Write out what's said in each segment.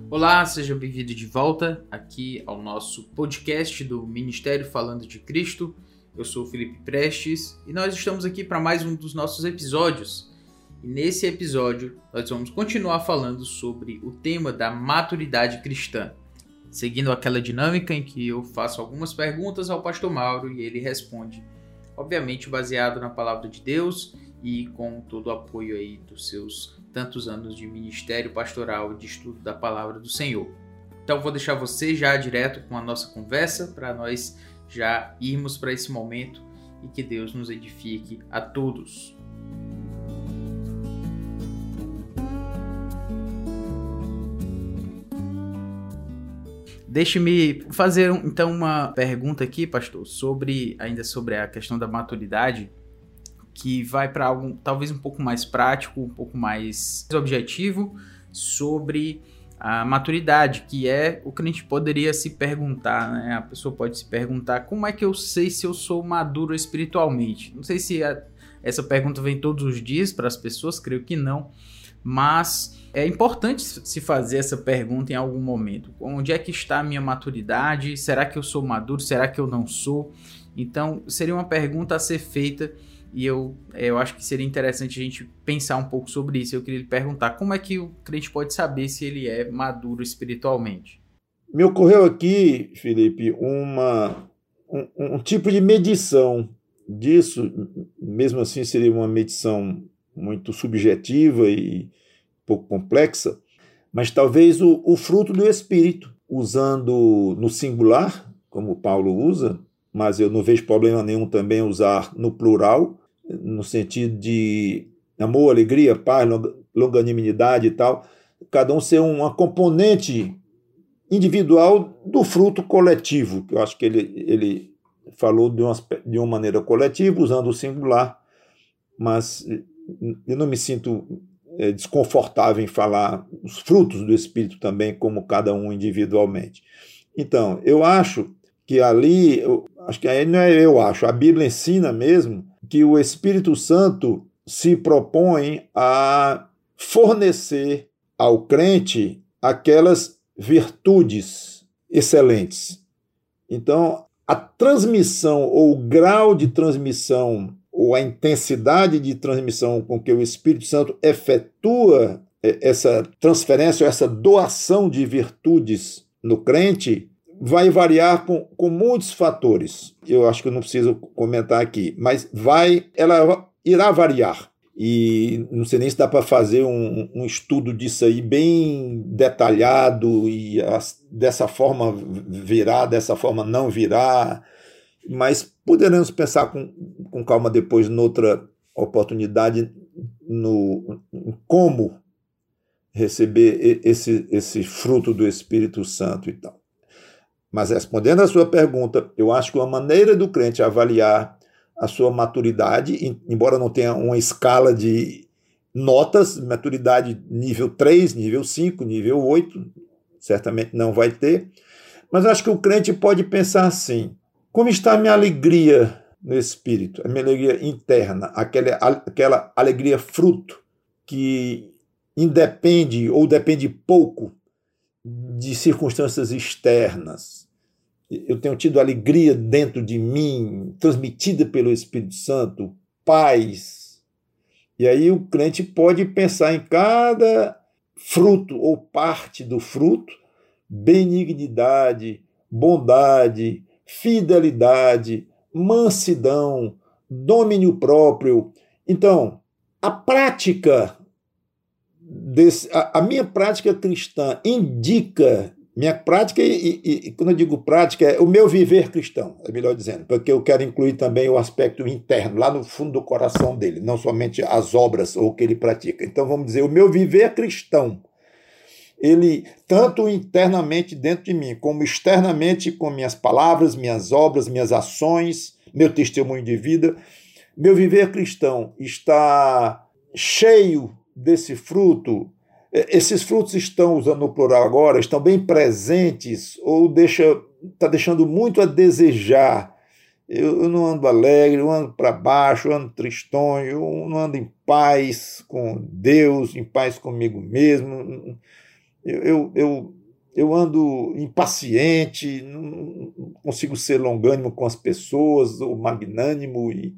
Olá, seja bem-vindo de volta aqui ao nosso podcast do Ministério Falando de Cristo. Eu sou o Felipe Prestes e nós estamos aqui para mais um dos nossos episódios. E nesse episódio nós vamos continuar falando sobre o tema da maturidade cristã, seguindo aquela dinâmica em que eu faço algumas perguntas ao pastor Mauro e ele responde, obviamente baseado na palavra de Deus e com todo o apoio aí dos seus tantos anos de ministério pastoral e de estudo da palavra do Senhor. Então vou deixar você já direto com a nossa conversa para nós já irmos para esse momento e que Deus nos edifique a todos. Deixe-me fazer então uma pergunta aqui, pastor, ainda sobre a questão da maturidade, que vai para algo talvez um pouco mais prático, um pouco mais objetivo, sobre a maturidade, que é o que a gente poderia se perguntar, né? A pessoa pode se perguntar, como é que eu sei se eu sou maduro espiritualmente? Não sei se essa pergunta vem todos os dias para as pessoas, creio que não, mas é importante se fazer essa pergunta em algum momento. Onde é que está a minha maturidade? Será que eu sou maduro? Será que eu não sou? Então, seria uma pergunta a ser feita e eu acho que seria interessante a gente pensar um pouco sobre isso. Eu queria lhe perguntar, como é que o crente pode saber se ele é maduro espiritualmente? Me ocorreu aqui, Felipe, um tipo de medição disso, mesmo assim seria uma medição muito subjetiva e pouco complexa, mas talvez o fruto do Espírito, usando no singular, como Paulo usa, mas eu não vejo problema nenhum também usar no plural, no sentido de amor, alegria, paz, longanimidade e tal, cada um ser uma componente individual do fruto coletivo, que eu acho que ele falou de uma maneira coletiva, usando o singular, mas eu não me sinto desconfortável em falar os frutos do Espírito também, como cada um individualmente. Então, eu acho que ali, acho que aí não é eu acho, a Bíblia ensina mesmo que o Espírito Santo se propõe a fornecer ao crente aquelas virtudes excelentes. Então, a transmissão ou o grau de transmissão ou a intensidade de transmissão com que o Espírito Santo efetua essa transferência ou essa doação de virtudes no crente vai variar com muitos fatores. Eu acho que eu não preciso comentar aqui, mas ela irá variar. E não sei nem se dá para fazer um estudo disso aí bem detalhado e dessa forma virá, dessa forma não virá, mas poderemos pensar com calma depois, noutra oportunidade, em como receber esse fruto do Espírito Santo e tal. Mas respondendo à sua pergunta, eu acho que uma maneira do crente avaliar a sua maturidade, embora não tenha uma escala de notas, maturidade nível 3, nível 5, nível 8, certamente não vai ter, mas acho que o crente pode pensar assim: como está a minha alegria no Espírito, a minha alegria interna, aquela alegria fruto que independe ou depende pouco de circunstâncias externas. Eu tenho tido alegria dentro de mim, transmitida pelo Espírito Santo, paz. E aí o crente pode pensar em cada fruto ou parte do fruto: benignidade, bondade, fidelidade, mansidão, domínio próprio. Então, a prática a minha prática cristã indica, minha prática, e quando eu digo prática, é o meu viver cristão, é melhor dizendo, porque eu quero incluir também o aspecto interno, lá no fundo do coração dele, não somente as obras ou o que ele pratica. Então, vamos dizer, o meu viver cristão, ele, tanto internamente dentro de mim, como externamente, com minhas palavras, minhas obras, minhas ações, meu testemunho de vida, meu viver cristão está cheio desse fruto. Esses frutos estão, usando o plural agora, estão bem presentes ou está deixando muito a desejar. Eu não ando alegre, eu ando para baixo, eu ando tristonho, eu não ando em paz com Deus, em paz comigo mesmo. Eu eu ando impaciente, não consigo ser longânimo com as pessoas, ou magnânimo e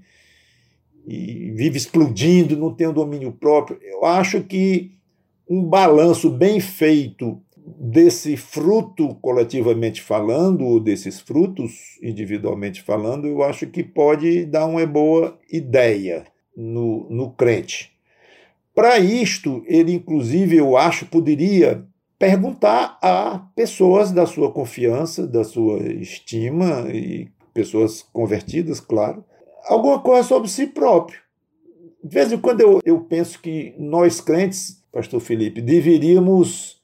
vive explodindo, não tenho domínio próprio. Eu acho que um balanço bem feito desse fruto coletivamente falando, ou desses frutos individualmente falando, eu acho que pode dar uma boa ideia no crente. Para isto, ele, inclusive, eu acho, poderia perguntar a pessoas da sua confiança, da sua estima, e pessoas convertidas, claro, alguma coisa sobre si próprio. De vez em quando eu penso que nós crentes, pastor Felipe, deveríamos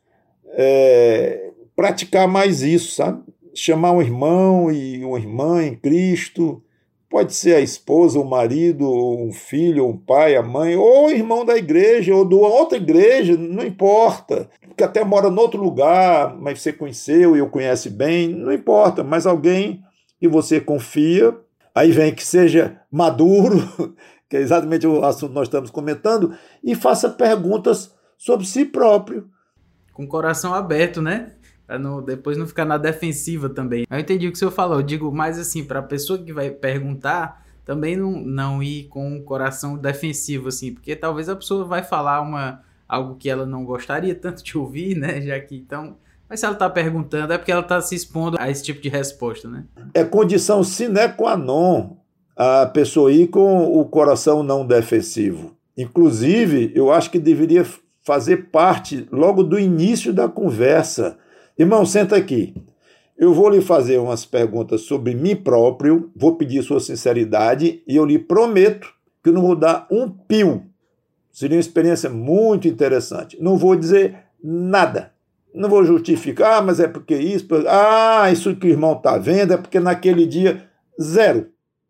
praticar mais isso, sabe? Chamar um irmão e uma irmã em Cristo, pode ser a esposa, o marido, ou um filho, ou um pai, a mãe, ou o irmão da igreja, ou de outra igreja, não importa, que até mora em outro lugar, mas você conheceu e o conhece bem, não importa, mas alguém que você confia, aí vem que seja maduro, que é exatamente o assunto que nós estamos comentando, e faça perguntas sobre si próprio. Com o coração aberto, né? Para depois não ficar na defensiva também. Eu entendi o que o senhor falou. Eu digo mais assim, para a pessoa que vai perguntar, também não ir com o coração defensivo, assim, porque talvez a pessoa vai falar algo que ela não gostaria tanto de ouvir, né? Já que então. Mas se ela está perguntando, é porque ela está se expondo a esse tipo de resposta, né? É condição sine qua non a pessoa ir com o coração não defensivo. Inclusive, eu acho que deveria fazer parte logo do início da conversa. Irmão, senta aqui. Eu vou lhe fazer umas perguntas sobre mim próprio, vou pedir sua sinceridade e eu lhe prometo que eu não vou dar um pio. Seria uma experiência muito interessante. Não vou dizer nada. Não vou justificar, mas é porque isso... isso que o irmão está vendo é porque naquele dia... Zero.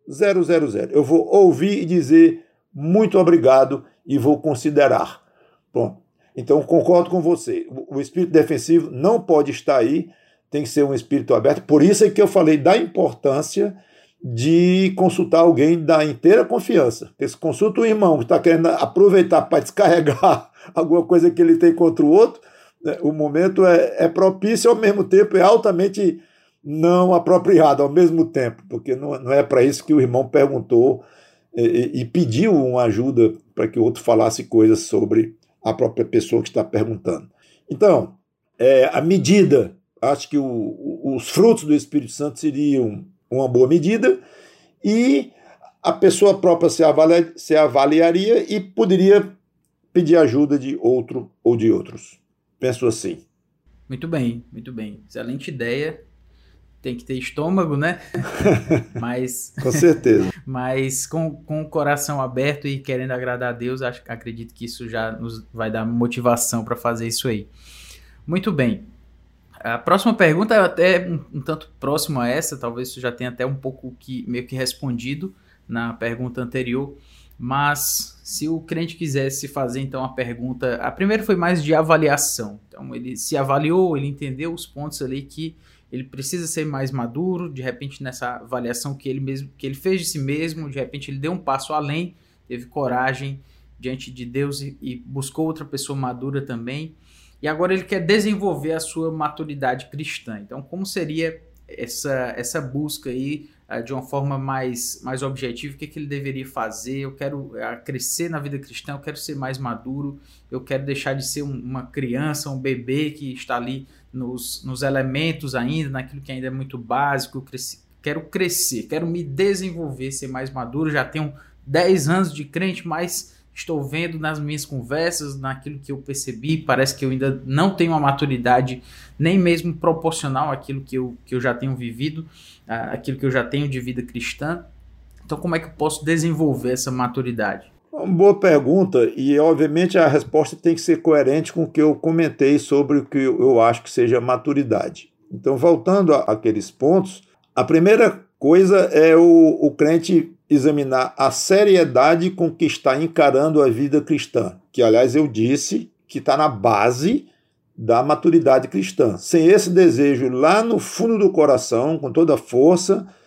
Eu vou ouvir e dizer muito obrigado e vou considerar. Pronto. Então, concordo com você. O espírito defensivo não pode estar aí, tem que ser um espírito aberto. Por isso é que eu falei da importância de consultar alguém da inteira confiança. Porque se consulta um irmão que está querendo aproveitar para descarregar alguma coisa que ele tem contra o outro, né, o momento é propício, ao mesmo tempo é altamente não apropriado, ao mesmo tempo, porque não é para isso que o irmão perguntou e pediu uma ajuda para que o outro falasse coisas sobre a própria pessoa que está perguntando. Então, a medida, acho que os frutos do Espírito Santo seriam uma boa medida e a pessoa própria se avaliaria e poderia pedir ajuda de outro ou de outros. Penso assim. Muito bem. Excelente ideia. Tem que ter estômago, né? Mas com certeza. Mas com o coração aberto e querendo agradar a Deus, acredito que isso já nos vai dar motivação para fazer isso aí. Muito bem. A próxima pergunta é até um tanto próximo a essa, talvez isso já tenha até um pouco meio que respondido na pergunta anterior, mas se o crente quisesse fazer então a pergunta, a primeira foi mais de avaliação, então ele se avaliou, ele entendeu os pontos ali que ele precisa ser mais maduro, de repente nessa avaliação que ele fez de si mesmo, de repente ele deu um passo além, teve coragem diante de Deus e buscou outra pessoa madura também, e agora ele quer desenvolver a sua maturidade cristã. Então, como seria essa busca aí de uma forma mais objetiva? O que ele deveria fazer? Eu quero crescer na vida cristã, eu quero ser mais maduro, eu quero deixar de ser uma criança, um bebê que está ali nos elementos ainda, naquilo que ainda é muito básico. Quero crescer, quero me desenvolver, ser mais maduro. Já tenho 10 anos de crente, mas estou vendo nas minhas conversas, naquilo que eu percebi, parece que eu ainda não tenho uma maturidade nem mesmo proporcional àquilo que eu já tenho vivido, àquilo que eu já tenho de vida cristã. Então, como é que eu posso desenvolver essa maturidade? Uma boa pergunta, e obviamente a resposta tem que ser coerente com o que eu comentei sobre o que eu acho que seja maturidade. Então, voltando àqueles pontos, a primeira coisa é o crente examinar a seriedade com que está encarando a vida cristã, que, aliás, eu disse que está na base da maturidade cristã. Sem esse desejo lá no fundo do coração, com toda a força,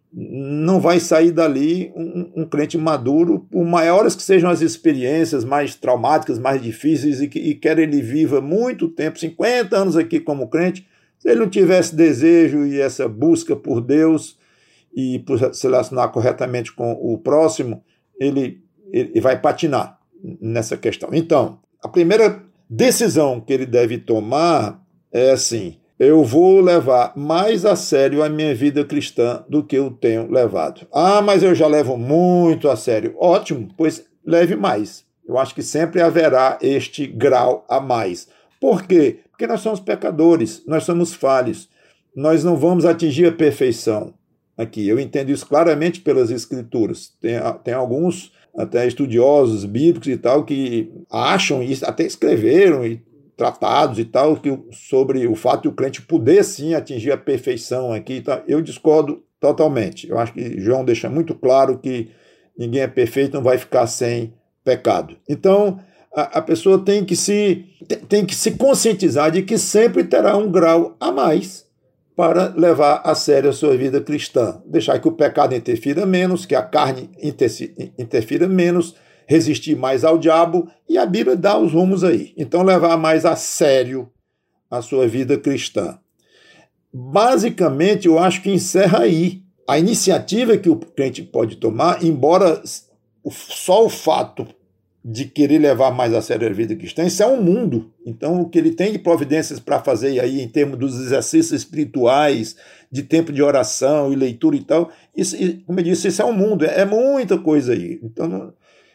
não vai sair dali um crente maduro, por maiores que sejam as experiências mais traumáticas, mais difíceis, e quer ele viva muito tempo, 50 anos aqui como crente, se ele não tivesse desejo e essa busca por Deus e por se relacionar corretamente com o próximo, ele vai patinar nessa questão. Então, a primeira decisão que ele deve tomar é assim: eu vou levar mais a sério a minha vida cristã do que eu tenho levado. Ah, mas eu já levo muito a sério. Ótimo, pois leve mais. Eu acho que sempre haverá este grau a mais. Por quê? Porque nós somos pecadores, nós somos falhos. Nós não vamos atingir a perfeição aqui. Eu entendo isso claramente pelas Escrituras. Tem alguns até estudiosos bíblicos e tal que acham isso, até escreveram e tratados e tal, sobre o fato de o crente poder sim atingir a perfeição aqui. Tá? Eu discordo totalmente. Eu acho que João deixa muito claro que ninguém é perfeito, não vai ficar sem pecado. Então, a pessoa tem que se conscientizar de que sempre terá um grau a mais para levar a sério a sua vida cristã. Deixar que o pecado interfira menos, que a carne interfira menos, resistir mais ao diabo, e a Bíblia dá os rumos aí. Então, levar mais a sério a sua vida cristã. Basicamente, eu acho que encerra aí. A iniciativa que o crente pode tomar, embora só o fato de querer levar mais a sério a vida cristã, isso é um mundo. Então, o que ele tem de providências para fazer aí, em termos dos exercícios espirituais, de tempo de oração e leitura e tal, isso, como eu disse, isso é um mundo, é muita coisa aí. Então,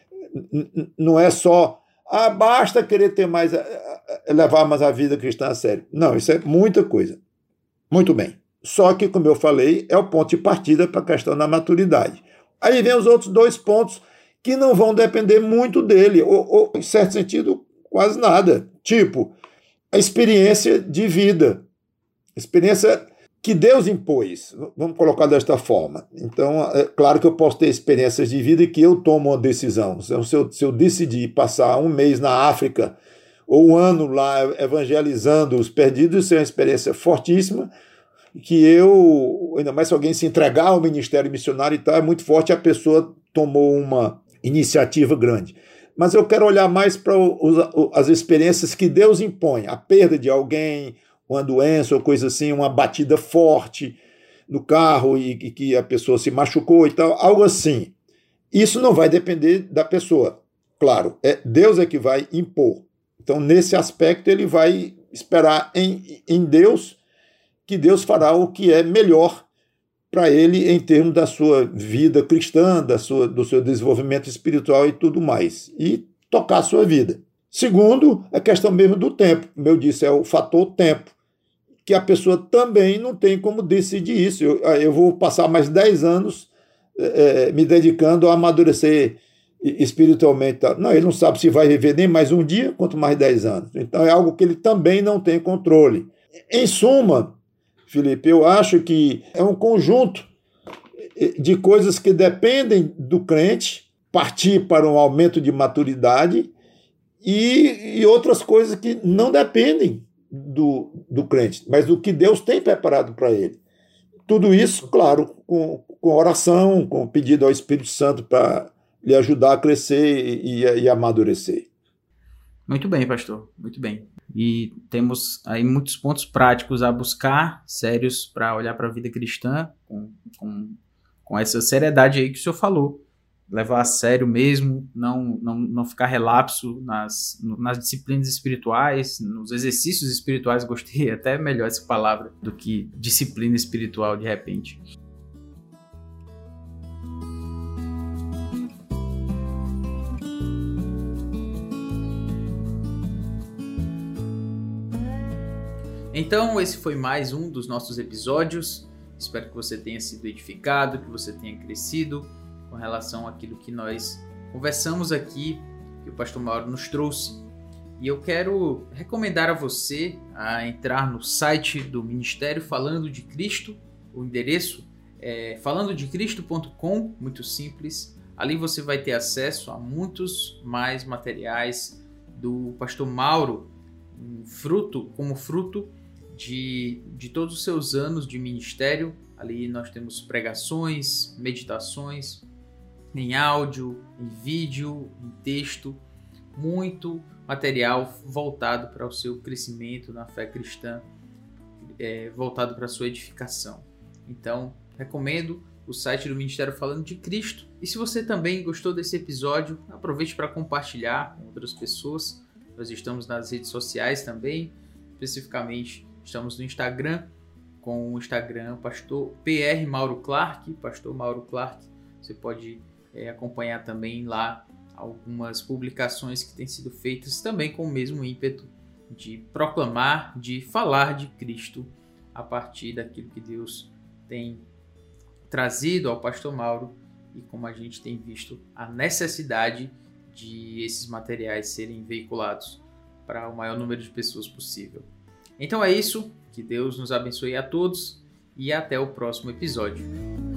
não é só, basta querer ter mais, levar mais a vida cristã a sério. Não, isso é muita coisa. Muito bem. Só que, como eu falei, é o ponto de partida para a questão da maturidade. Aí vem os outros dois pontos que não vão depender muito dele, ou em certo sentido, quase nada. Tipo, a experiência de vida. Experiência que Deus impôs, vamos colocar desta forma. Então, é claro que eu posso ter experiências de vida e que eu tomo uma decisão. Então, se eu decidir passar um mês na África ou um ano lá evangelizando os perdidos, isso é uma experiência fortíssima, que ainda mais se alguém se entregar ao ministério missionário e tal, é muito forte, a pessoa tomou uma iniciativa grande. Mas eu quero olhar mais para as experiências que Deus impõe, a perda de alguém, uma doença ou coisa assim, uma batida forte no carro e que a pessoa se machucou e tal, algo assim. Isso não vai depender da pessoa. Claro, Deus é que vai impor. Então, nesse aspecto, ele vai esperar em Deus, que Deus fará o que é melhor para ele em termos da sua vida cristã, do seu desenvolvimento espiritual e tudo mais. E tocar a sua vida. Segundo, a questão mesmo do tempo. Como eu disse, é o fator tempo, que a pessoa também não tem como decidir isso. Eu vou passar mais 10 anos me dedicando a amadurecer espiritualmente. Não, ele não sabe se vai viver nem mais um dia, quanto mais 10 anos. Então é algo que ele também não tem controle. Em suma, Felipe, eu acho que é um conjunto de coisas que dependem do crente partir para um aumento de maturidade e outras coisas que não dependem do crente, mas do que Deus tem preparado para ele. Tudo isso, claro, com oração, com pedido ao Espírito Santo para lhe ajudar a crescer e amadurecer. Muito bem, pastor, muito bem. E temos aí muitos pontos práticos a buscar, sérios, para olhar para a vida cristã, com essa seriedade aí que o senhor falou. Levar a sério mesmo, não ficar relapso nas disciplinas espirituais, nos exercícios espirituais. Gostei até melhor essa palavra do que disciplina espiritual de repente. Então, esse foi mais um dos nossos episódios. Espero que você tenha sido edificado, que você tenha crescido com relação àquilo que nós conversamos aqui, que o pastor Mauro nos trouxe. E eu quero recomendar a você a entrar no site do Ministério Falando de Cristo. O endereço é falandodecristo.com, muito simples. Ali você vai ter acesso a muitos mais materiais do pastor Mauro, como fruto de todos os seus anos de ministério Ali nós temos pregações, meditações, em áudio, em vídeo, em texto, muito material voltado para o seu crescimento na fé cristã, voltado para a sua edificação. Então, recomendo o site do Ministério Falando de Cristo. E se você também gostou desse episódio, aproveite para compartilhar com outras pessoas. Nós estamos nas redes sociais também, especificamente estamos no Instagram, com o Instagram Pastor PR Mauro Clark, Pastor Mauro Clark. Você pode acompanhar também lá algumas publicações que têm sido feitas também com o mesmo ímpeto de proclamar, de falar de Cristo a partir daquilo que Deus tem trazido ao Pastor Mauro e como a gente tem visto a necessidade de esses materiais serem veiculados para o maior número de pessoas possível. Então é isso, que Deus nos abençoe a todos e até o próximo episódio.